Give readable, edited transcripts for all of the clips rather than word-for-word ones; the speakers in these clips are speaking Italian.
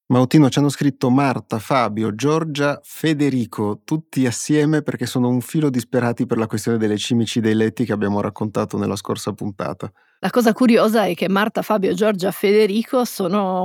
Mautino, ci hanno scritto Marta, Fabio, Giorgia, Federico, tutti assieme perché sono un filo disperati per la questione delle cimici dei letti che abbiamo raccontato nella scorsa puntata. La cosa curiosa è che Marta, Fabio, Giorgia, Federico sono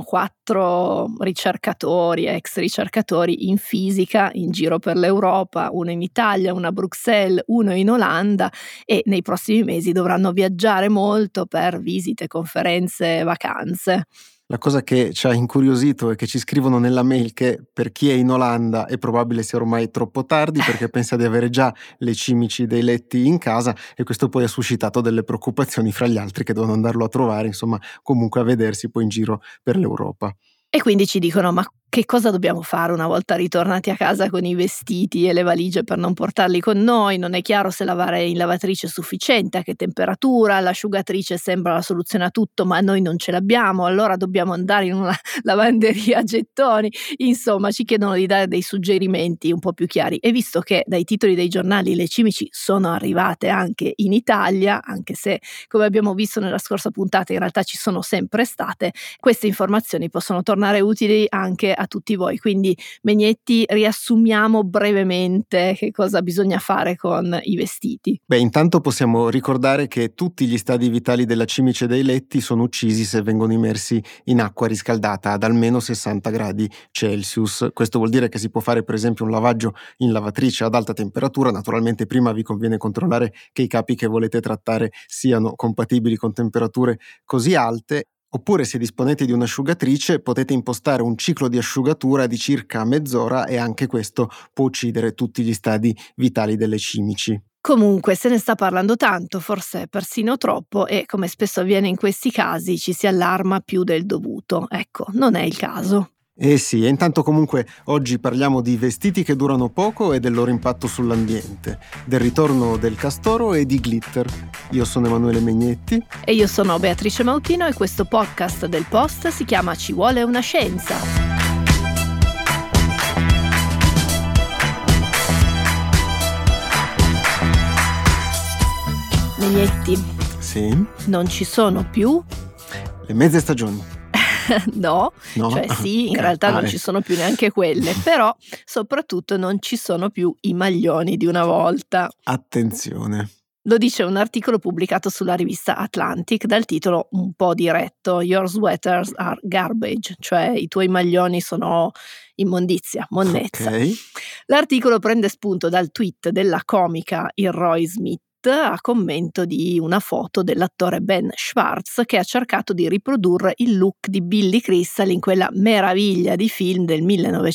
4 ricercatori, ex ricercatori in fisica in giro per l'Europa, uno in Italia, uno a Bruxelles, uno in Olanda, e nei prossimi mesi dovranno viaggiare molto per visite, conferenze, vacanze. La cosa che ci ha incuriosito è che ci scrivono nella mail che per chi è in Olanda è probabile sia ormai troppo tardi perché pensa di avere già le cimici dei letti in casa, e questo poi ha suscitato delle preoccupazioni fra gli altri che devono andarlo a trovare, insomma, comunque a vedersi poi in giro per l'Europa. E quindi ci dicono: ma che cosa dobbiamo fare una volta ritornati a casa con i vestiti e le valigie per non portarli con noi? Non è chiaro se lavare in lavatrice è sufficiente, a che temperatura, l'asciugatrice sembra la soluzione a tutto, ma noi non ce l'abbiamo, allora dobbiamo andare in una lavanderia a gettoni. Insomma, ci chiedono di dare dei suggerimenti un po' più chiari, e visto che dai titoli dei giornali le cimici sono arrivate anche in Italia, anche se, come abbiamo visto nella scorsa puntata, in realtà ci sono sempre state, queste informazioni possono tornare utili anche a tutti voi. Quindi, Megnetti, riassumiamo brevemente che cosa bisogna fare con i vestiti. Intanto possiamo ricordare che tutti gli stadi vitali della cimice dei letti sono uccisi se vengono immersi in acqua riscaldata ad almeno 60 gradi Celsius. Questo vuol dire che si può fare per esempio un lavaggio in lavatrice ad alta temperatura. Naturalmente prima vi conviene controllare che i capi che volete trattare siano compatibili con temperature così alte. Oppure, se disponete di un'asciugatrice, potete impostare un ciclo di asciugatura di circa mezz'ora, e anche questo può uccidere tutti gli stadi vitali delle cimici. Comunque, se ne sta parlando tanto, forse persino troppo, e come spesso avviene in questi casi ci si allarma più del dovuto. Ecco, non è il caso. Eh sì, e intanto comunque oggi parliamo di vestiti che durano poco e del loro impatto sull'ambiente, del ritorno del castoro e di glitter. Io sono Emanuele Megnetti. E io sono Beatrice Mautino, e questo podcast del Post si chiama Ci vuole una scienza. Megnetti. Sì? Non ci sono più Le mezze stagioni. No, No? cioè sì, in realtà non ci sono più neanche quelle, però soprattutto non ci sono più i maglioni di una volta. Attenzione. Lo dice un articolo pubblicato sulla rivista Atlantic dal titolo un po' diretto: Your sweaters are garbage, cioè i tuoi maglioni sono immondizia, monnezza. Ok. L'articolo prende spunto dal tweet della comica Roy Smith a commento di una foto dell'attore Ben Schwartz, che ha cercato di riprodurre il look di Billy Crystal in quella meraviglia di film del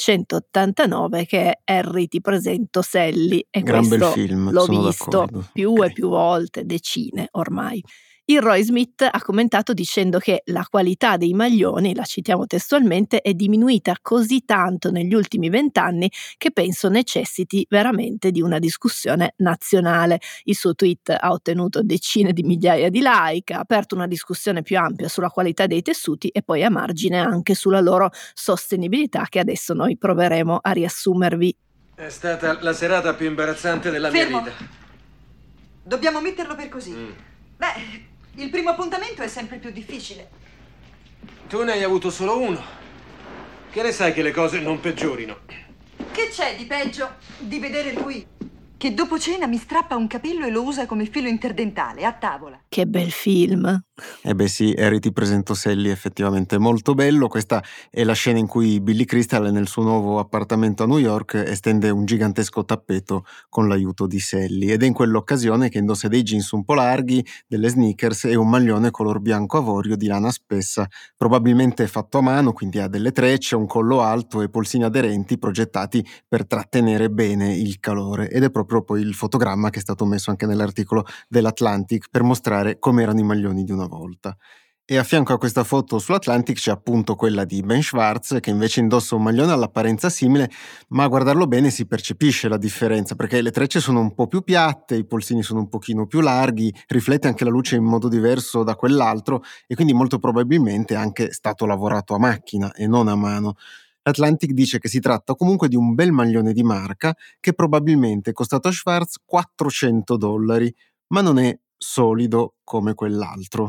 1989 che è Harry, ti presento Sally, e Gran bel questo film, l'ho sono visto d'accordo. più Ok. e più volte, decine ormai. Il Roy Smith ha commentato dicendo che la qualità dei maglioni, la citiamo testualmente, è diminuita così tanto negli ultimi 20 anni che penso necessiti veramente di una discussione nazionale. Il suo tweet ha ottenuto decine di migliaia di like, ha aperto una discussione più ampia sulla qualità dei tessuti e poi a margine anche sulla loro sostenibilità, che adesso noi proveremo a riassumervi. È stata la serata più imbarazzante della Fermo. mia vita. Dobbiamo metterlo per così. Beh, il primo appuntamento è sempre più difficile. Tu ne hai avuto solo uno. Che ne sai che le cose non peggiorino? Che c'è di peggio di vedere lui che dopo cena mi strappa un capello e lo usa come filo interdentale a tavola? Che bel film! Sì, Harry, ti presento Sally, effettivamente molto bello. Questa è la scena in cui Billy Crystal nel suo nuovo appartamento a New York estende un gigantesco tappeto con l'aiuto di Sally, ed è in quell'occasione che indossa dei jeans un po' larghi, delle sneakers e un maglione color bianco avorio di lana spessa, probabilmente fatto a mano, quindi ha delle trecce, un collo alto e polsini aderenti progettati per trattenere bene il calore, ed è proprio poi il fotogramma che è stato messo anche nell'articolo dell'Atlantic per mostrare come erano i maglioni di una volta. E a fianco a questa foto sull'Atlantic c'è appunto quella di Ben Schwartz, che invece indossa un maglione all'apparenza simile, ma a guardarlo bene si percepisce la differenza, perché le trecce sono un po' più piatte, i polsini sono un pochino più larghi, riflette anche la luce in modo diverso da quell'altro, e quindi molto probabilmente è anche stato lavorato a macchina e non a mano. L'Atlantic dice che si tratta comunque di un bel maglione di marca che probabilmente è costato a Schwartz $400, ma non è solido come quell'altro.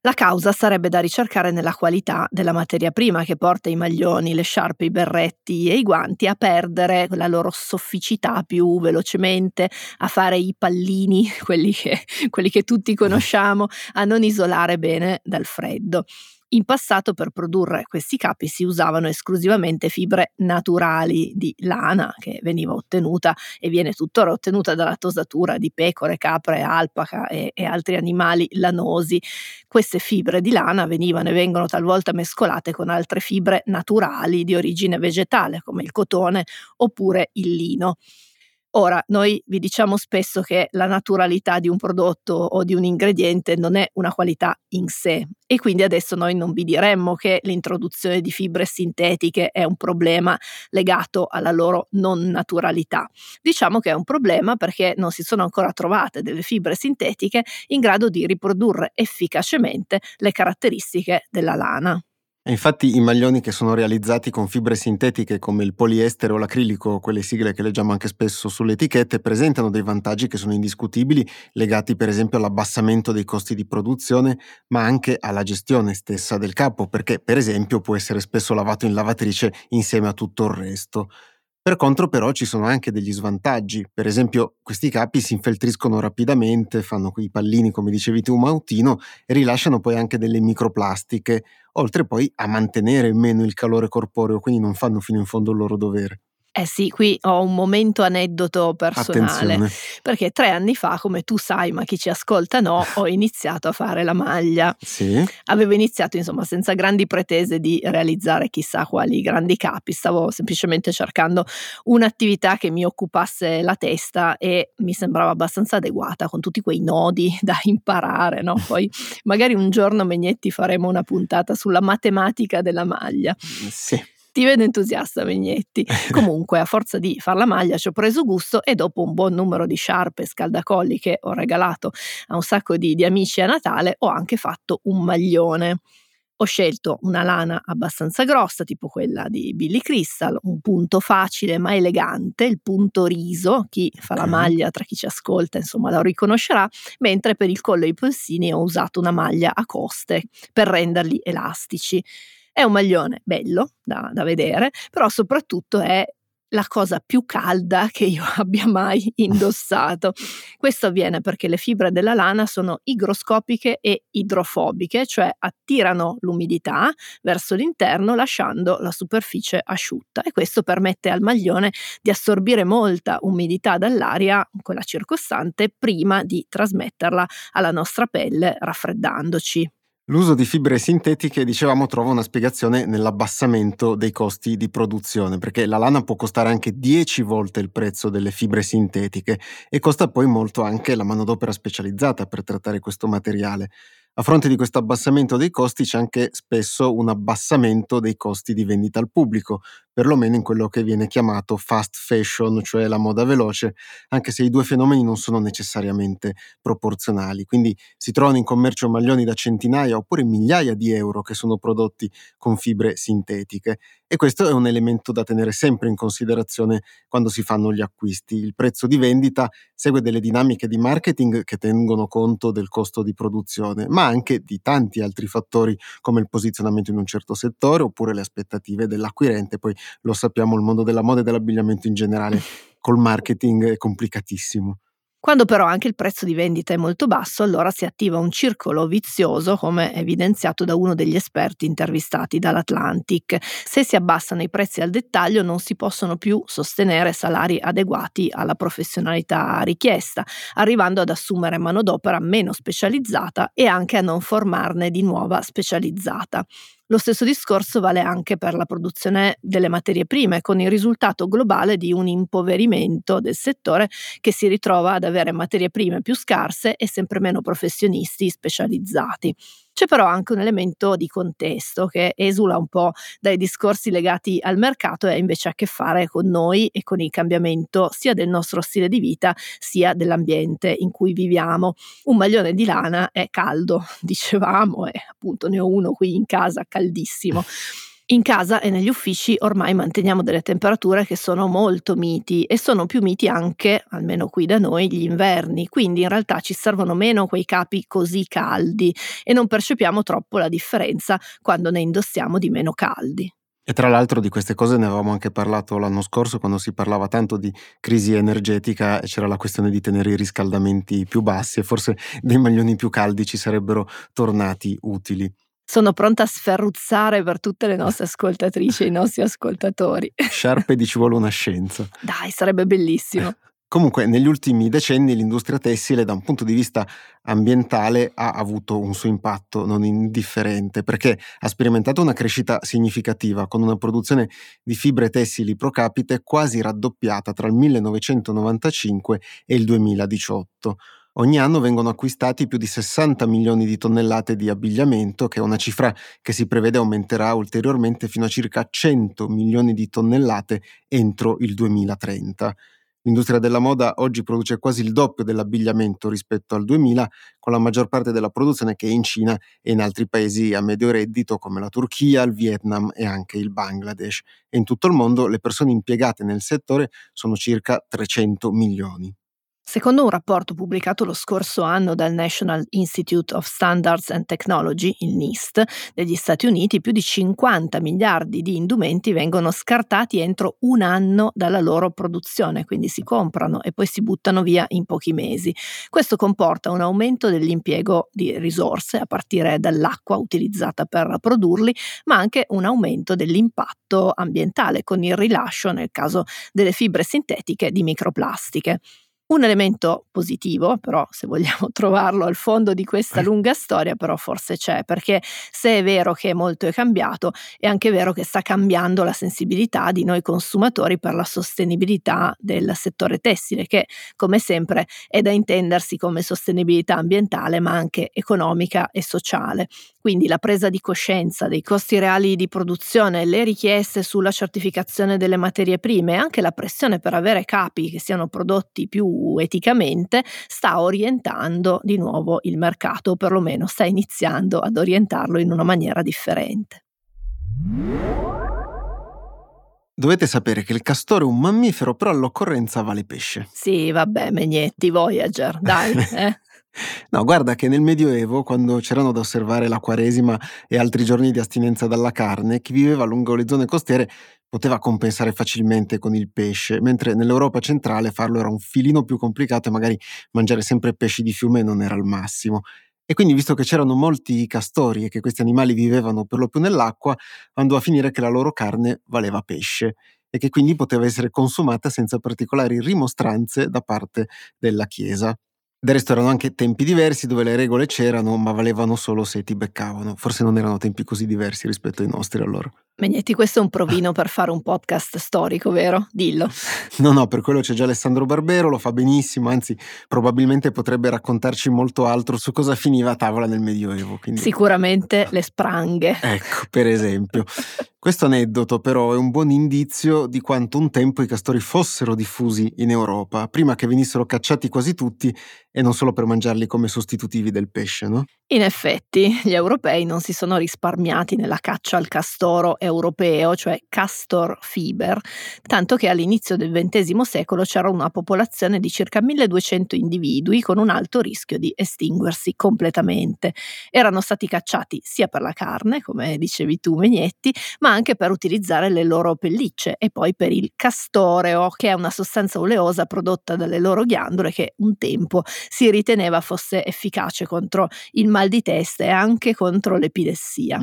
La causa sarebbe da ricercare nella qualità della materia prima che porta i maglioni, le sciarpe, i berretti e i guanti a perdere la loro sofficità più velocemente, a fare i pallini, quelli che tutti conosciamo, a non isolare bene dal freddo. In passato per produrre questi capi si usavano esclusivamente fibre naturali di lana che veniva ottenuta e viene tuttora ottenuta dalla tosatura di pecore, capre, alpaca e altri animali lanosi. Queste fibre di lana venivano e vengono talvolta mescolate con altre fibre naturali di origine vegetale come il cotone oppure il lino. Ora, noi vi diciamo spesso che la naturalità di un prodotto o di un ingrediente non è una qualità in sé e quindi adesso noi non vi diremmo che l'introduzione di fibre sintetiche è un problema legato alla loro non naturalità. Diciamo che è un problema perché non si sono ancora trovate delle fibre sintetiche in grado di riprodurre efficacemente le caratteristiche della lana. E infatti i maglioni che sono realizzati con fibre sintetiche come il poliestere o l'acrilico, quelle sigle che leggiamo anche spesso sulle etichette, presentano dei vantaggi che sono indiscutibili, legati per esempio all'abbassamento dei costi di produzione, ma anche alla gestione stessa del capo, perché per esempio può essere spesso lavato in lavatrice insieme a tutto il resto. Per contro però ci sono anche degli svantaggi, per esempio questi capi si infeltriscono rapidamente, fanno quei pallini come dicevi tu Mautino e rilasciano poi anche delle microplastiche, oltre poi a mantenere meno il calore corporeo, quindi non fanno fino in fondo il loro dovere. Eh sì, qui ho un momento aneddoto personale, Attenzione. perché 3 anni fa, come tu sai, ma chi ci ascolta no, ho iniziato a fare la maglia. Sì? Avevo iniziato, insomma, senza grandi pretese di realizzare chissà quali grandi capi, stavo semplicemente cercando un'attività che mi occupasse la testa e mi sembrava abbastanza adeguata con tutti quei nodi da imparare, no? Poi magari un giorno, Megnetti, faremo una puntata sulla matematica della maglia. Sì. Ti vedo entusiasta, Megnetti. Comunque, a forza di far la maglia ci ho preso gusto e dopo un buon numero di sciarpe e scaldacolli che ho regalato a un sacco di amici a Natale, ho anche fatto un maglione. Ho scelto una lana abbastanza grossa, tipo quella di Billy Crystal, un punto facile ma elegante, il punto riso, chi fa la maglia tra chi ci ascolta insomma lo riconoscerà, mentre per il collo e i polsini ho usato una maglia a coste per renderli elastici. È un maglione bello da vedere, però soprattutto è la cosa più calda che io abbia mai indossato. Questo avviene perché le fibre della lana sono igroscopiche e idrofobiche, cioè attirano l'umidità verso l'interno lasciando la superficie asciutta e questo permette al maglione di assorbire molta umidità dall'aria, quella circostante, prima di trasmetterla alla nostra pelle raffreddandoci. L'uso di fibre sintetiche, dicevamo, trova una spiegazione nell'abbassamento dei costi di produzione, perché la lana può costare anche 10 volte il prezzo delle fibre sintetiche e costa poi molto anche la manodopera specializzata per trattare questo materiale. A fronte di questo abbassamento dei costi c'è anche spesso un abbassamento dei costi di vendita al pubblico, perlomeno in quello che viene chiamato fast fashion, cioè la moda veloce, anche se i due fenomeni non sono necessariamente proporzionali. Quindi si trovano in commercio maglioni da centinaia oppure migliaia di euro che sono prodotti con fibre sintetiche e questo è un elemento da tenere sempre in considerazione quando si fanno gli acquisti. Il prezzo di vendita segue delle dinamiche di marketing che tengono conto del costo di produzione, ma anche di tanti altri fattori come il posizionamento in un certo settore oppure le aspettative dell'acquirente. Poi lo sappiamo, il mondo della moda e dell'abbigliamento in generale col marketing è complicatissimo. Quando però anche il prezzo di vendita è molto basso, allora si attiva un circolo vizioso, come evidenziato da uno degli esperti intervistati dall'Atlantic. Se si abbassano i prezzi al dettaglio non si possono più sostenere salari adeguati alla professionalità richiesta, arrivando ad assumere manodopera meno specializzata e anche a non formarne di nuova specializzata. Lo stesso discorso vale anche per la produzione delle materie prime, con il risultato globale di un impoverimento del settore che si ritrova ad avere materie prime più scarse e sempre meno professionisti specializzati. C'è però anche un elemento di contesto che esula un po' dai discorsi legati al mercato e invece ha a che fare con noi e con il cambiamento sia del nostro stile di vita sia dell'ambiente in cui viviamo. Un maglione di lana è caldo, dicevamo, e appunto ne ho uno qui in casa caldissimo. In casa e negli uffici ormai manteniamo delle temperature che sono molto miti e sono più miti anche, almeno qui da noi, gli inverni, quindi in realtà ci servono meno quei capi così caldi e non percepiamo troppo la differenza quando ne indossiamo di meno caldi. E tra l'altro di queste cose ne avevamo anche parlato l'anno scorso, quando si parlava tanto di crisi energetica e c'era la questione di tenere i riscaldamenti più bassi e forse dei maglioni più caldi ci sarebbero tornati utili. Sono pronta a sferruzzare per tutte le nostre ascoltatrici e i nostri ascoltatori. Sciarpedi, ci vuole una scienza. Dai, sarebbe bellissimo. Comunque, negli ultimi decenni l'industria tessile, da un punto di vista ambientale, ha avuto un suo impatto non indifferente, perché ha sperimentato una crescita significativa, con una produzione di fibre tessili pro capite quasi raddoppiata tra il 1995 e il 2018. Ogni anno vengono acquistati più di 60 milioni di tonnellate di abbigliamento, che è una cifra che si prevede aumenterà ulteriormente fino a circa 100 milioni di tonnellate entro il 2030. L'industria della moda oggi produce quasi il doppio dell'abbigliamento rispetto al 2000, con la maggior parte della produzione che è in Cina e in altri paesi a medio reddito come la Turchia, il Vietnam e anche il Bangladesh. E in tutto il mondo le persone impiegate nel settore sono circa 300 milioni. Secondo un rapporto pubblicato lo scorso anno dal National Institute of Standards and Technology, il NIST, degli Stati Uniti, più di 50 miliardi di indumenti vengono scartati entro un anno dalla loro produzione, quindi si comprano e poi si buttano via in pochi mesi. Questo comporta un aumento dell'impiego di risorse, a partire dall'acqua utilizzata per produrli, ma anche un aumento dell'impatto ambientale, con il rilascio, nel caso delle fibre sintetiche, di microplastiche. Un elemento positivo, però, se vogliamo trovarlo al fondo di questa lunga storia, però forse c'è, perché se è vero che molto è cambiato, è anche vero che sta cambiando la sensibilità di noi consumatori per la sostenibilità del settore tessile, che come sempre è da intendersi come sostenibilità ambientale, ma anche economica e sociale. Quindi la presa di coscienza dei costi reali di produzione, le richieste sulla certificazione delle materie prime e anche la pressione per avere capi che siano prodotti più eticamente sta orientando di nuovo il mercato, o perlomeno sta iniziando ad orientarlo in una maniera differente. Dovete sapere che il castoro è un mammifero, però all'occorrenza vale pesce. Sì, vabbè, Megnetti, Voyager, dai, No, guarda che nel Medioevo, quando c'erano da osservare la Quaresima e altri giorni di astinenza dalla carne, chi viveva lungo le zone costiere poteva compensare facilmente con il pesce, mentre nell'Europa centrale farlo era un filino più complicato e magari mangiare sempre pesci di fiume non era il massimo. E quindi, visto che c'erano molti castori e che questi animali vivevano per lo più nell'acqua, andò a finire che la loro carne valeva pesce e che quindi poteva essere consumata senza particolari rimostranze da parte della Chiesa. Del resto erano anche tempi diversi dove le regole c'erano, ma valevano solo se ti beccavano. Forse non erano tempi così diversi rispetto ai nostri allora. Megnetti, questo è un provino per fare un podcast storico, vero? Dillo. No, per quello c'è già Alessandro Barbero, lo fa benissimo, anzi probabilmente potrebbe raccontarci molto altro su cosa finiva a tavola nel Medioevo. Quindi... Sicuramente le spranghe. Ecco, per esempio. Questo aneddoto però è un buon indizio di quanto un tempo i castori fossero diffusi in Europa, prima che venissero cacciati quasi tutti e non solo per mangiarli come sostitutivi del pesce, no? In effetti, gli europei non si sono risparmiati nella caccia al castoro europeo, cioè Castor fiber, tanto che all'inizio del XX secolo c'era una popolazione di circa 1200 individui con un alto rischio di estinguersi completamente. Erano stati cacciati sia per la carne, come dicevi tu, Megnetti, ma anche per utilizzare le loro pellicce e poi per il castoreo, che è una sostanza oleosa prodotta dalle loro ghiandole che un tempo si riteneva fosse efficace contro il mal di testa e anche contro l'epilessia.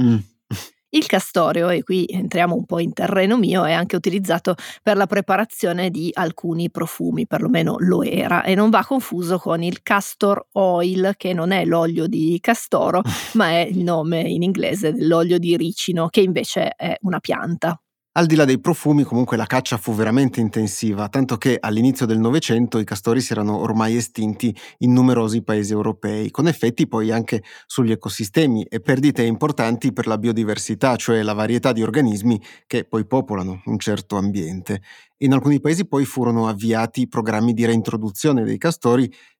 Il castoreo, e qui entriamo un po' in terreno mio, è anche utilizzato per la preparazione di alcuni profumi, perlomeno lo era, e non va confuso con il castor oil, che non è l'olio di castoro, ma è il nome in inglese dell'olio di ricino, che invece è una pianta. Al di là dei profumi, comunque la caccia fu veramente intensiva, tanto che all'inizio del Novecento i castori si erano ormai estinti in numerosi paesi europei, con effetti poi anche sugli ecosistemi e perdite importanti per la biodiversità, cioè la varietà di organismi che poi popolano un certo ambiente. In alcuni paesi poi furono avviati programmi di reintroduzione dei castori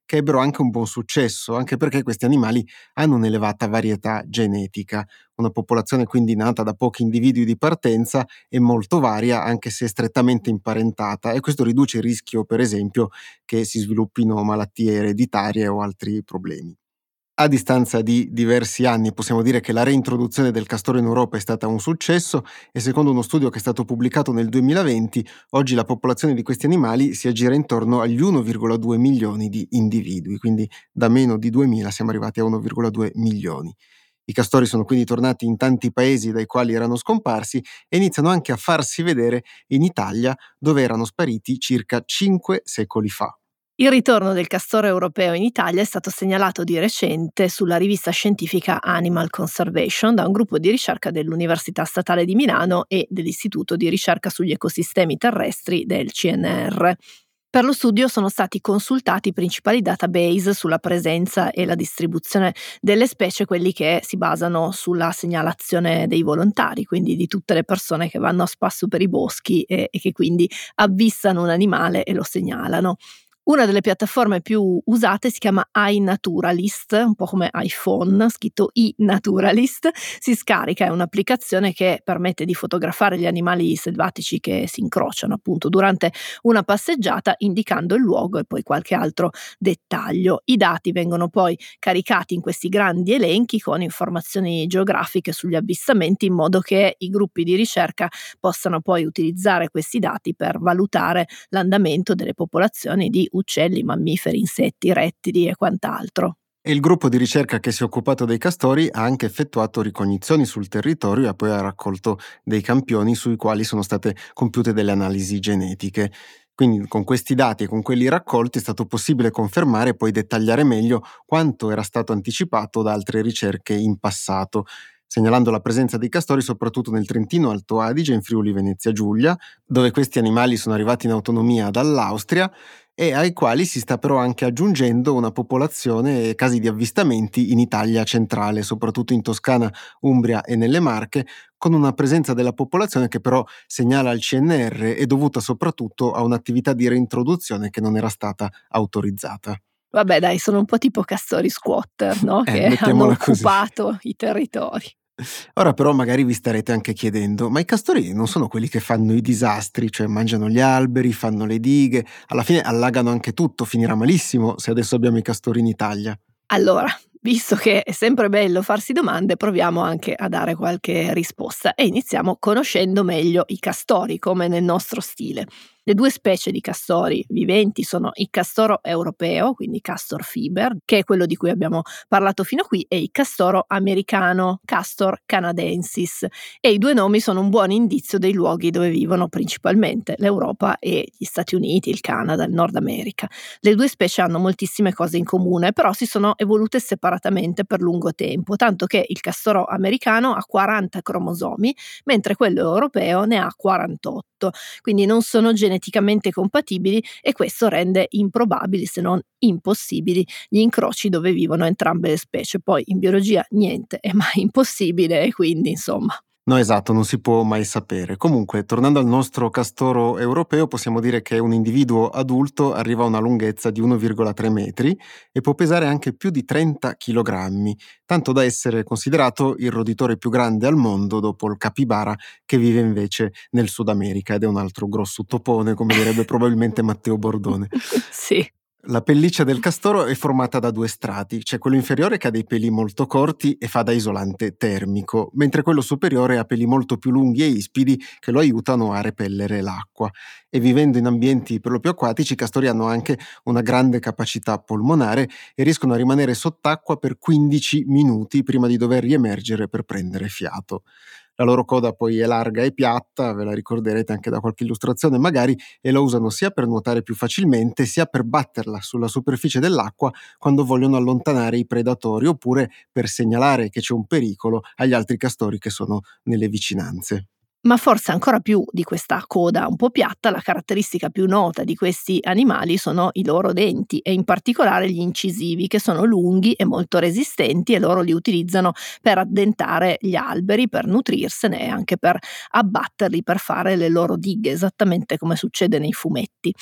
che ebbero anche un buon successo, anche perché questi animali hanno un'elevata varietà genetica, una popolazione quindi nata da pochi individui di partenza e molto varia, anche se strettamente imparentata, e questo riduce il rischio, per esempio, che si sviluppino malattie ereditarie o altri problemi. A distanza di diversi anni possiamo dire che la reintroduzione del castoro in Europa è stata un successo e secondo uno studio che è stato pubblicato nel 2020, oggi la popolazione di questi animali si aggira intorno agli 1,2 milioni di individui, quindi da meno di 2000 siamo arrivati a 1,2 milioni. I castori sono quindi tornati in tanti paesi dai quali erano scomparsi e iniziano anche a farsi vedere in Italia, dove erano spariti circa 5 secoli fa. Il ritorno del castoro europeo in Italia è stato segnalato di recente sulla rivista scientifica Animal Conservation da un gruppo di ricerca dell'Università Statale di Milano e dell'Istituto di ricerca sugli ecosistemi terrestri del CNR. Per lo studio sono stati consultati i principali database sulla presenza e la distribuzione delle specie, quelli che si basano sulla segnalazione dei volontari, quindi di tutte le persone che vanno a spasso per i boschi e che quindi avvistano un animale e lo segnalano. Una delle piattaforme più usate si chiama iNaturalist, un po' come iPhone, scritto iNaturalist. Si scarica, è un'applicazione che permette di fotografare gli animali selvatici che si incrociano appunto durante una passeggiata, indicando il luogo e poi qualche altro dettaglio. I dati vengono poi caricati in questi grandi elenchi con informazioni geografiche sugli avvistamenti, in modo che i gruppi di ricerca possano poi utilizzare questi dati per valutare l'andamento delle popolazioni di uccelli, mammiferi, insetti, rettili e quant'altro. E il gruppo di ricerca che si è occupato dei castori ha anche effettuato ricognizioni sul territorio e poi ha raccolto dei campioni sui quali sono state compiute delle analisi genetiche. Quindi con questi dati e con quelli raccolti è stato possibile confermare e poi dettagliare meglio quanto era stato anticipato da altre ricerche in passato, segnalando la presenza dei castori soprattutto nel Trentino Alto Adige e in Friuli Venezia Giulia, dove questi animali sono arrivati in autonomia dall'Austria e ai quali si sta però anche aggiungendo una popolazione e casi di avvistamenti in Italia centrale, soprattutto in Toscana, Umbria e nelle Marche, con una presenza della popolazione che però, segnala il CNR, è dovuta soprattutto a un'attività di reintroduzione che non era stata autorizzata. Vabbè dai, sono un po' tipo castori squatter, no? Che hanno Mettiamola così. occupato i territori. Ora però magari vi starete anche chiedendo, ma i castori non sono quelli che fanno i disastri, cioè mangiano gli alberi, fanno le dighe, alla fine allagano anche tutto, finirà malissimo se adesso abbiamo i castori in Italia. Allora, visto che è sempre bello farsi domande, proviamo anche a dare qualche risposta e iniziamo conoscendo meglio i castori, come nel nostro stile. Le due specie di castori viventi sono il castoro europeo, quindi Castor fiber, che è quello di cui abbiamo parlato fino a qui, e il castoro americano, Castor canadensis. E i due nomi sono un buon indizio dei luoghi dove vivono principalmente l'Europa e gli Stati Uniti, il Canada, il Nord America. Le due specie hanno moltissime cose in comune, però si sono evolute separatamente per lungo tempo, tanto che il castoro americano ha 40 cromosomi, mentre quello europeo ne ha 48. Quindi non sono geneticamente compatibili e questo rende improbabili, se non impossibili, gli incroci dove vivono entrambe le specie. Poi in biologia niente è mai impossibile e quindi insomma. No, esatto, non si può mai sapere. Comunque, tornando al nostro castoro europeo, possiamo dire che un individuo adulto arriva a una lunghezza di 1,3 metri e può pesare anche più di 30 chilogrammi, tanto da essere considerato il roditore più grande al mondo dopo il capibara, che vive invece nel Sud America ed è un altro grosso topone, come direbbe probabilmente Matteo Bordone. Sì. La pelliccia del castoro è formata da due strati, c'è quello inferiore che ha dei peli molto corti e fa da isolante termico, mentre quello superiore ha peli molto più lunghi e ispidi che lo aiutano a repellere l'acqua. E vivendo in ambienti per lo più acquatici, i castori hanno anche una grande capacità polmonare e riescono a rimanere sott'acqua per 15 minuti prima di dover riemergere per prendere fiato. La loro coda poi è larga e piatta, ve la ricorderete anche da qualche illustrazione magari, e la usano sia per nuotare più facilmente sia per batterla sulla superficie dell'acqua quando vogliono allontanare i predatori oppure per segnalare che c'è un pericolo agli altri castori che sono nelle vicinanze. Ma forse ancora più di questa coda un po' piatta, la caratteristica più nota di questi animali sono i loro denti e in particolare gli incisivi, che sono lunghi e molto resistenti e loro li utilizzano per addentare gli alberi, per nutrirsene e anche per abbatterli, per fare le loro dighe, esattamente come succede nei fumetti.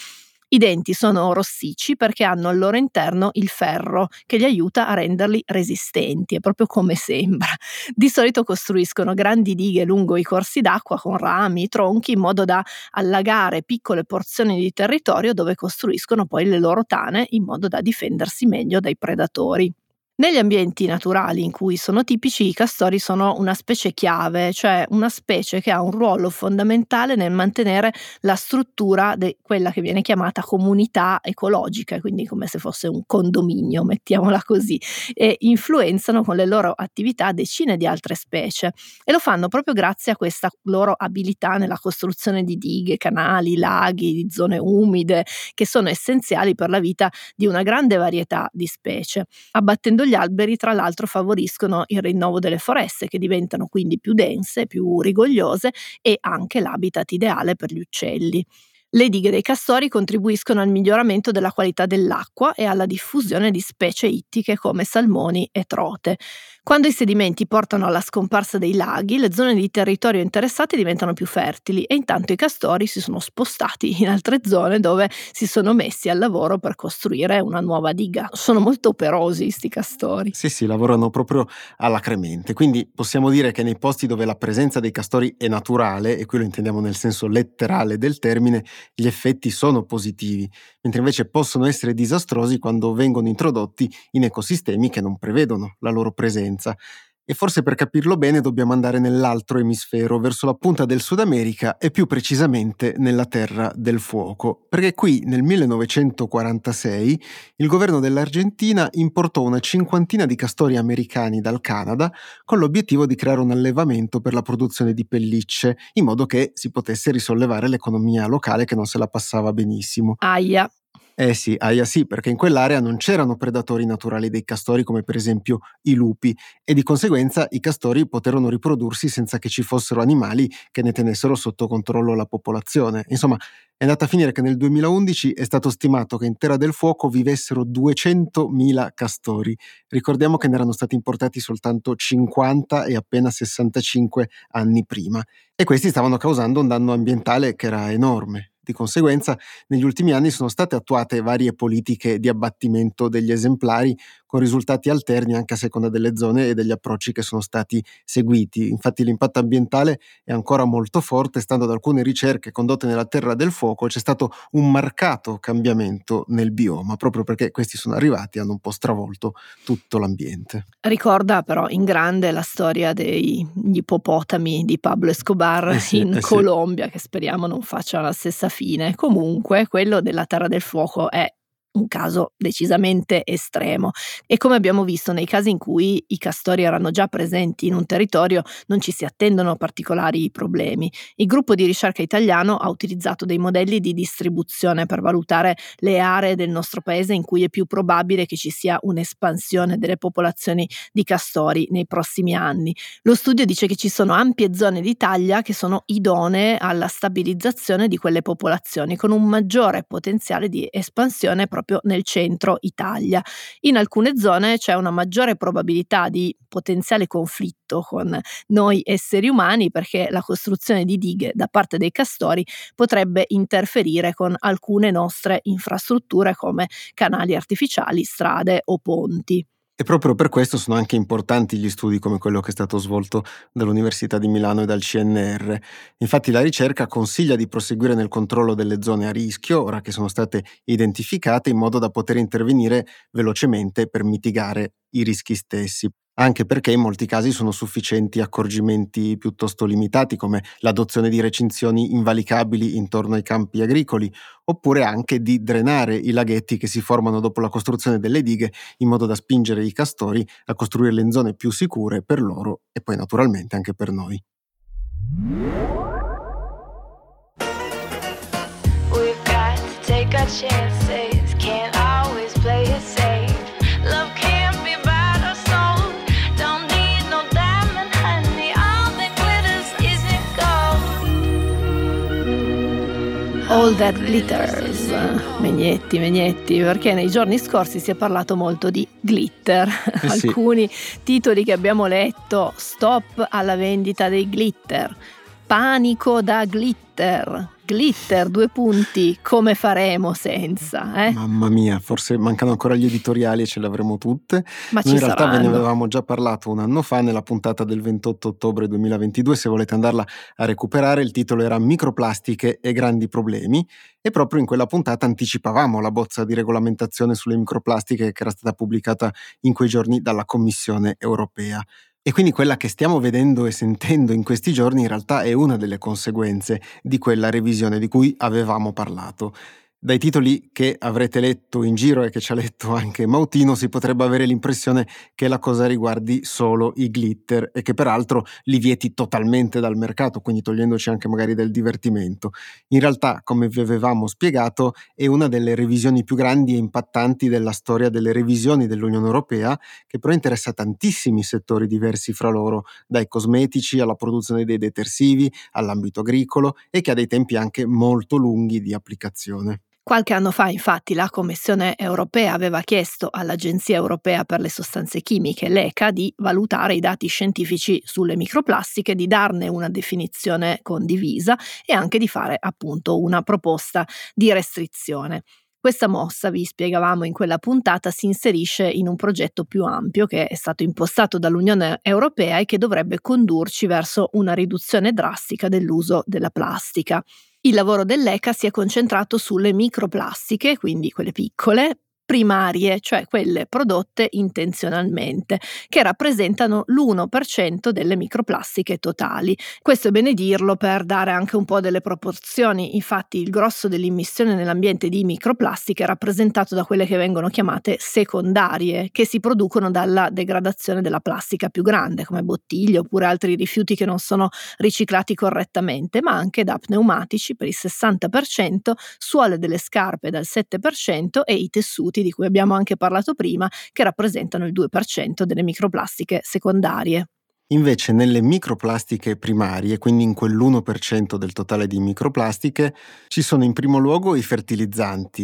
I denti sono rossicci perché hanno al loro interno il ferro che li aiuta a renderli resistenti, è proprio come sembra. Di solito costruiscono grandi dighe lungo i corsi d'acqua con rami, tronchi, in modo da allagare piccole porzioni di territorio dove costruiscono poi le loro tane in modo da difendersi meglio dai predatori. Negli ambienti naturali in cui sono tipici, i castori sono una specie chiave, cioè una specie che ha un ruolo fondamentale nel mantenere la struttura di quella che viene chiamata comunità ecologica, quindi come se fosse un condominio, mettiamola così, e influenzano con le loro attività decine di altre specie e lo fanno proprio grazie a questa loro abilità nella costruzione di dighe, canali, laghi, di zone umide, che sono essenziali per la vita di una grande varietà di specie. Abbattendo gli alberi, tra l'altro, favoriscono il rinnovo delle foreste, che diventano quindi più dense, più rigogliose, e anche l'habitat ideale per gli uccelli. Le dighe dei castori contribuiscono al miglioramento della qualità dell'acqua e alla diffusione di specie ittiche come salmoni e trote. Quando i sedimenti portano alla scomparsa dei laghi, le zone di territorio interessate diventano più fertili e intanto i castori si sono spostati in altre zone dove si sono messi al lavoro per costruire una nuova diga. Sono molto operosi sti castori. Sì, lavorano proprio alacremente, quindi possiamo dire che nei posti dove la presenza dei castori è naturale, e qui lo intendiamo nel senso letterale del termine, gli effetti sono positivi, mentre invece possono essere disastrosi quando vengono introdotti in ecosistemi che non prevedono la loro presenza. E forse per capirlo bene dobbiamo andare nell'altro emisfero, verso la punta del Sud America e più precisamente nella Terra del Fuoco, perché qui nel 1946 il governo dell'Argentina importò una cinquantina di castori americani dal Canada con l'obiettivo di creare un allevamento per la produzione di pellicce, in modo che si potesse risollevare l'economia locale che non se la passava benissimo. Aia! Sì, perché in quell'area non c'erano predatori naturali dei castori come per esempio i lupi e di conseguenza i castori poterono riprodursi senza che ci fossero animali che ne tenessero sotto controllo la popolazione. Insomma, è andata a finire che nel 2011 è stato stimato che in Terra del Fuoco vivessero 200.000 castori. Ricordiamo che ne erano stati importati soltanto 50 e appena 65 anni prima. E questi stavano causando un danno ambientale che era enorme. Di conseguenza, negli ultimi anni sono state attuate varie politiche di abbattimento degli esemplari con risultati alterni anche a seconda delle zone e degli approcci che sono stati seguiti. Infatti l'impatto ambientale è ancora molto forte, stando ad alcune ricerche condotte nella Terra del Fuoco c'è stato un marcato cambiamento nel bioma, proprio perché questi sono arrivati e hanno un po' stravolto tutto l'ambiente. Ricorda però in grande la storia degli ippopotami di Pablo Escobar in Colombia, che speriamo non faccia la stessa fine. Comunque quello della Terra del Fuoco è un caso decisamente estremo e, come abbiamo visto nei casi in cui i castori erano già presenti in un territorio, non ci si attendono particolari problemi. Il gruppo di ricerca italiano ha utilizzato dei modelli di distribuzione per valutare le aree del nostro paese in cui è più probabile che ci sia un'espansione delle popolazioni di castori nei prossimi anni. Lo studio dice che ci sono ampie zone d'Italia che sono idonee alla stabilizzazione di quelle popolazioni, con un maggiore potenziale di espansione proprio nel centro Italia. In alcune zone c'è una maggiore probabilità di potenziale conflitto con noi esseri umani, perché la costruzione di dighe da parte dei castori potrebbe interferire con alcune nostre infrastrutture come canali artificiali, strade o ponti. E proprio per questo sono anche importanti gli studi come quello che è stato svolto dall'Università di Milano e dal CNR. Infatti la ricerca consiglia di proseguire nel controllo delle zone a rischio, ora che sono state identificate, in modo da poter intervenire velocemente per mitigare i rischi stessi. Anche perché in molti casi sono sufficienti accorgimenti piuttosto limitati, come l'adozione di recinzioni invalicabili intorno ai campi agricoli, oppure anche di drenare i laghetti che si formano dopo la costruzione delle dighe, in modo da spingere i castori a costruirle in zone più sicure per loro e poi naturalmente anche per noi. We've got to take our chances, can't always play it safe. Love can't be bad or sold, don't need no diamond honey, all that glitters isn't gold. All that glitters. Megnetti, perché nei giorni scorsi si è parlato molto di glitter. Alcuni titoli che abbiamo letto: stop alla vendita dei glitter, Panico da glitter. Glitter, 2 punti, come faremo senza? Mamma mia, forse mancano ancora gli editoriali e ce le avremo tutte. Ma Noi ci in realtà ve ne saranno. avevamo già parlato un anno fa nella puntata del 28 ottobre 2022, se volete andarla a recuperare. Il titolo era Microplastiche e grandi problemi e proprio in quella puntata anticipavamo la bozza di regolamentazione sulle microplastiche che era stata pubblicata in quei giorni dalla Commissione europea. E quindi quella che stiamo vedendo e sentendo in questi giorni in realtà è una delle conseguenze di quella revisione di cui avevamo parlato. Dai titoli che avrete letto in giro e che ci ha letto anche Mautino si potrebbe avere l'impressione che la cosa riguardi solo i glitter e che peraltro li vieti totalmente dal mercato, quindi togliendoci anche magari del divertimento. In realtà, come vi avevamo spiegato, è una delle revisioni più grandi e impattanti della storia delle revisioni dell'Unione Europea, che però interessa tantissimi settori diversi fra loro, dai cosmetici alla produzione dei detersivi, all'ambito agricolo, e che ha dei tempi anche molto lunghi di applicazione. Qualche anno fa, infatti, la Commissione europea aveva chiesto all'Agenzia europea per le sostanze chimiche, l'ECA, di valutare i dati scientifici sulle microplastiche, di darne una definizione condivisa e anche di fare appunto una proposta di restrizione. Questa mossa, vi spiegavamo in quella puntata, si inserisce in un progetto più ampio che è stato impostato dall'Unione Europea e che dovrebbe condurci verso una riduzione drastica dell'uso della plastica. Il lavoro dell'ECA si è concentrato sulle microplastiche, quindi quelle piccole, primarie, cioè quelle prodotte intenzionalmente, che rappresentano l'1% delle microplastiche totali. Questo è bene dirlo per dare anche un po' delle proporzioni. Infatti il grosso dell'immissione nell'ambiente di microplastiche è rappresentato da quelle che vengono chiamate secondarie, che si producono dalla degradazione della plastica più grande, come bottiglie oppure altri rifiuti che non sono riciclati correttamente, ma anche da pneumatici per il 60%, suole delle scarpe dal 7% e i tessuti di cui abbiamo anche parlato prima, che rappresentano il 2% delle microplastiche secondarie. Invece nelle microplastiche primarie, quindi in quell'1% del totale di microplastiche, ci sono in primo luogo i fertilizzanti,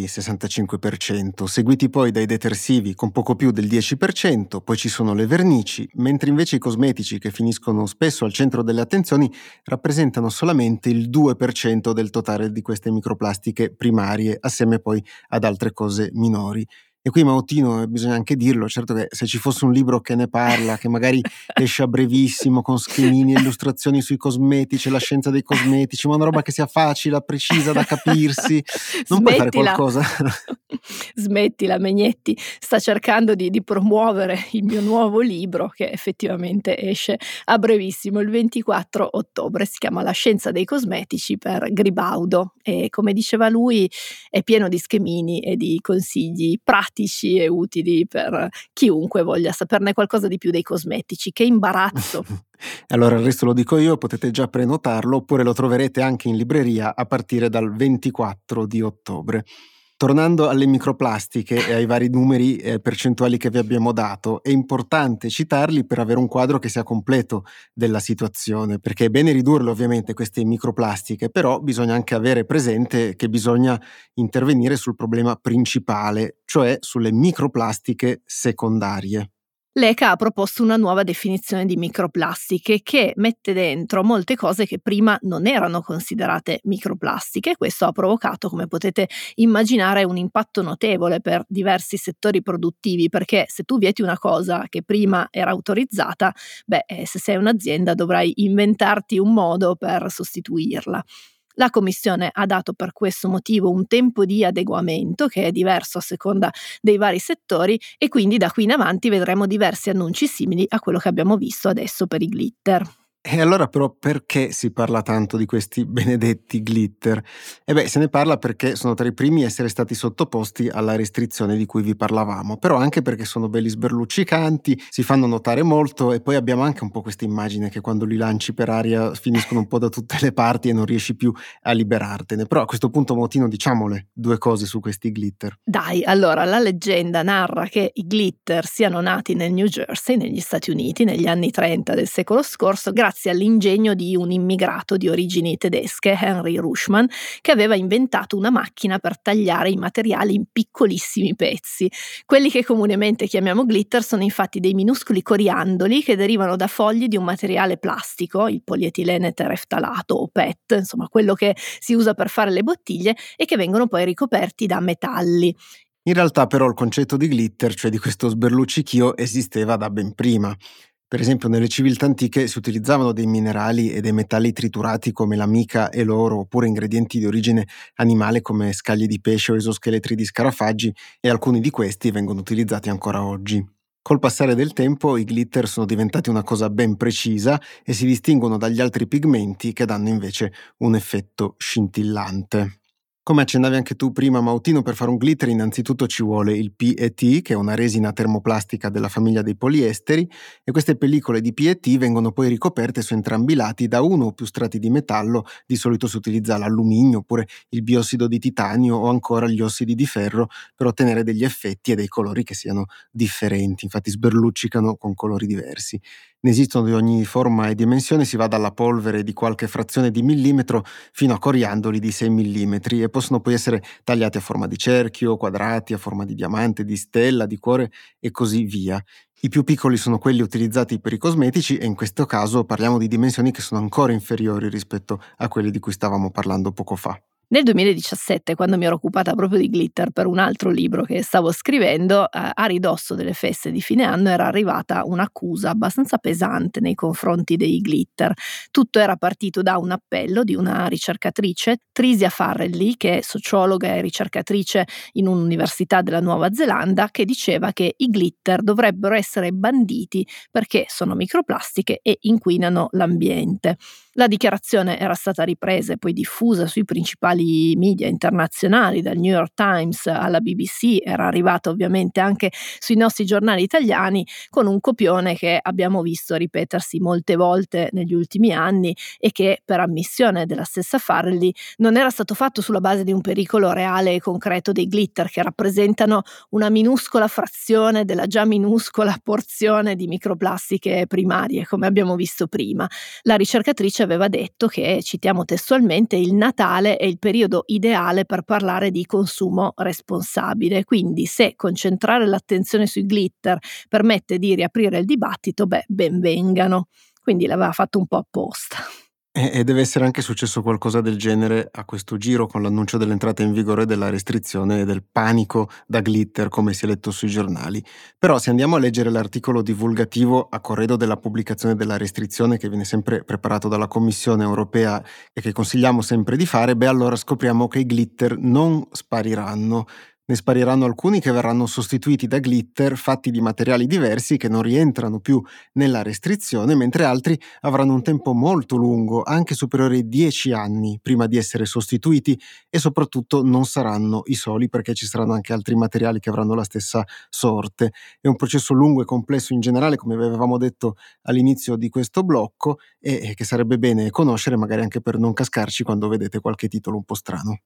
65%, seguiti poi dai detersivi con poco più del 10%, poi ci sono le vernici, mentre invece i cosmetici, che finiscono spesso al centro delle attenzioni, rappresentano solamente il 2% del totale di queste microplastiche primarie, assieme poi ad altre cose minori. E qui Mautino, bisogna anche dirlo, certo che se ci fosse un libro che ne parla, che magari esce a brevissimo con schemini e illustrazioni sui cosmetici, la scienza dei cosmetici, ma una roba che sia facile, precisa da capirsi, non puoi fare qualcosa? Smettila, Megnetti sta cercando di promuovere il mio nuovo libro che effettivamente esce a brevissimo, il 24 ottobre, si chiama La scienza dei cosmetici per Gribaudo e come diceva lui è pieno di schemini e di consigli pratici e utili per chiunque voglia saperne qualcosa di più dei cosmetici. Che imbarazzo! Allora il resto lo dico io, potete già prenotarlo oppure lo troverete anche in libreria a partire dal 24 di ottobre. Tornando alle microplastiche e ai vari numeri percentuali che vi abbiamo dato, è importante citarli per avere un quadro che sia completo della situazione, perché è bene ridurle ovviamente queste microplastiche, però bisogna anche avere presente che bisogna intervenire sul problema principale, cioè sulle microplastiche secondarie. L'ECA ha proposto una nuova definizione di microplastiche che mette dentro molte cose che prima non erano considerate microplastiche e questo ha provocato, come potete immaginare, un impatto notevole per diversi settori produttivi, perché se tu vieti una cosa che prima era autorizzata, se sei un'azienda dovrai inventarti un modo per sostituirla. La Commissione ha dato per questo motivo un tempo di adeguamento che è diverso a seconda dei vari settori e quindi da qui in avanti vedremo diversi annunci simili a quello che abbiamo visto adesso per i glitter. E allora però perché si parla tanto di questi benedetti glitter? Se ne parla perché sono tra i primi a essere stati sottoposti alla restrizione di cui vi parlavamo, però anche perché sono belli sberluccicanti, si fanno notare molto e poi abbiamo anche un po' questa immagine che quando li lanci per aria finiscono un po' da tutte le parti e non riesci più a liberartene. Però a questo punto, Mautino, diciamole 2 cose su questi glitter. Dai, allora la leggenda narra che i glitter siano nati nel New Jersey, negli Stati Uniti, negli anni 30 del secolo scorso, grazie grazie all'ingegno di un immigrato di origini tedesche, Henry Ruschmann, che aveva inventato una macchina per tagliare i materiali in piccolissimi pezzi. Quelli che comunemente chiamiamo glitter sono infatti dei minuscoli coriandoli che derivano da fogli di un materiale plastico, il polietilene tereftalato o PET, insomma quello che si usa per fare le bottiglie, e che vengono poi ricoperti da metalli. In realtà però il concetto di glitter, cioè di questo sberluccichio, esisteva da ben prima. Per esempio nelle civiltà antiche si utilizzavano dei minerali e dei metalli triturati come la mica e l'oro, oppure ingredienti di origine animale come scaglie di pesce o esoscheletri di scarafaggi, e alcuni di questi vengono utilizzati ancora oggi. Col passare del tempo i glitter sono diventati una cosa ben precisa e si distinguono dagli altri pigmenti che danno invece un effetto scintillante. Come accennavi anche tu prima, Mautino, per fare un glitter innanzitutto ci vuole il PET, che è una resina termoplastica della famiglia dei poliesteri, e queste pellicole di PET vengono poi ricoperte su entrambi i lati da uno o più strati di metallo. Di solito si utilizza l'alluminio oppure il biossido di titanio o ancora gli ossidi di ferro per ottenere degli effetti e dei colori che siano differenti, infatti sberluccicano con colori diversi. Ne esistono di ogni forma e dimensione, si va dalla polvere di qualche frazione di millimetro fino a coriandoli di 6 millimetri e possono poi essere tagliati a forma di cerchio, quadrati, a forma di diamante, di stella, di cuore e così via. I più piccoli sono quelli utilizzati per i cosmetici e in questo caso parliamo di dimensioni che sono ancora inferiori rispetto a quelli di cui stavamo parlando poco fa. Nel 2017, quando mi ero occupata proprio di glitter per un altro libro che stavo scrivendo, a ridosso delle feste di fine anno era arrivata un'accusa abbastanza pesante nei confronti dei glitter. Tutto era partito da un appello di una ricercatrice, Tricia Farrelly, che è sociologa e ricercatrice in un'università della Nuova Zelanda, che diceva che i glitter dovrebbero essere banditi perché sono microplastiche e inquinano l'ambiente. La dichiarazione era stata ripresa e poi diffusa sui principali media internazionali, dal New York Times alla BBC, era arrivata ovviamente anche sui nostri giornali italiani, con un copione che abbiamo visto ripetersi molte volte negli ultimi anni e che, per ammissione della stessa Farrelly, non era stato fatto sulla base di un pericolo reale e concreto dei glitter, che rappresentano una minuscola frazione della già minuscola porzione di microplastiche primarie, come abbiamo visto prima. La ricercatrice aveva detto che, citiamo testualmente, il Natale è il periodo ideale per parlare di consumo responsabile, quindi se concentrare l'attenzione sui glitter permette di riaprire il dibattito, ben vengano. Quindi l'aveva fatto un po' apposta. E deve essere anche successo qualcosa del genere a questo giro con l'annuncio dell'entrata in vigore della restrizione e del panico da glitter, come si è letto sui giornali. Però se andiamo a leggere l'articolo divulgativo a corredo della pubblicazione della restrizione, che viene sempre preparato dalla Commissione europea e che consigliamo sempre di fare, allora scopriamo che i glitter non spariranno. Ne spariranno alcuni che verranno sostituiti da glitter fatti di materiali diversi che non rientrano più nella restrizione, mentre altri avranno un tempo molto lungo, anche superiore ai 10 anni, prima di essere sostituiti, e soprattutto non saranno i soli, perché ci saranno anche altri materiali che avranno la stessa sorte. È un processo lungo e complesso in generale, come vi avevamo detto all'inizio di questo blocco, e che sarebbe bene conoscere, magari anche per non cascarci quando vedete qualche titolo un po' strano.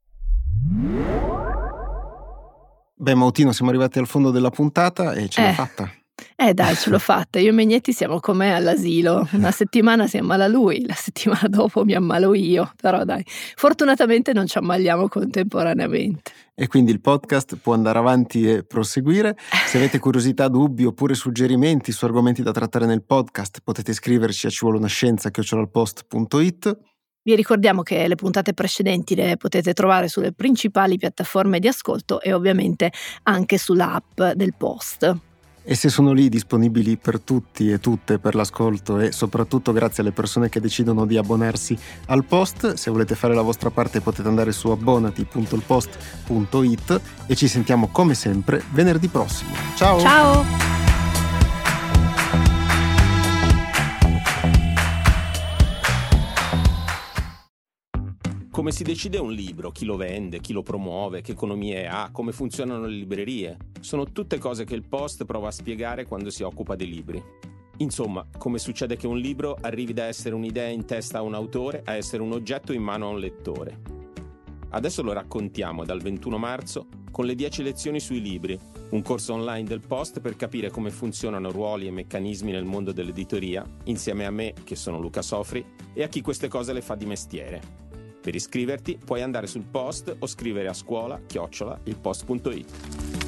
Mautino, siamo arrivati al fondo della puntata e ce l'hai fatta. Dai, ce l'ho fatta. Io e Megnetti siamo come all'asilo. Una settimana si ammala lui, la settimana dopo mi ammalo io. Però dai, fortunatamente non ci ammaliamo contemporaneamente. E quindi il podcast può andare avanti e proseguire. Se avete curiosità, dubbi oppure suggerimenti su argomenti da trattare nel podcast, potete scriverci a civuoleunascienza@post.it. Vi ricordiamo che le puntate precedenti le potete trovare sulle principali piattaforme di ascolto e ovviamente anche sulla app del Post. E se sono lì disponibili per tutti e tutte per l'ascolto, e soprattutto grazie alle persone che decidono di abbonarsi al Post. Se volete fare la vostra parte potete andare su abbonati.ilpost.it e ci sentiamo come sempre venerdì prossimo. Ciao! Ciao! Come si decide un libro, chi lo vende, chi lo promuove, che economie ha, come funzionano le librerie? Sono tutte cose che il Post prova a spiegare quando si occupa dei libri. Insomma, come succede che un libro arrivi da essere un'idea in testa a un autore a essere un oggetto in mano a un lettore. Adesso lo raccontiamo dal 21 marzo con le 10 lezioni sui libri, un corso online del Post per capire come funzionano ruoli e meccanismi nel mondo dell'editoria, insieme a me, che sono Luca Sofri, e a chi queste cose le fa di mestiere. Per iscriverti puoi andare sul Post o scrivere a scuola@ilpost.it.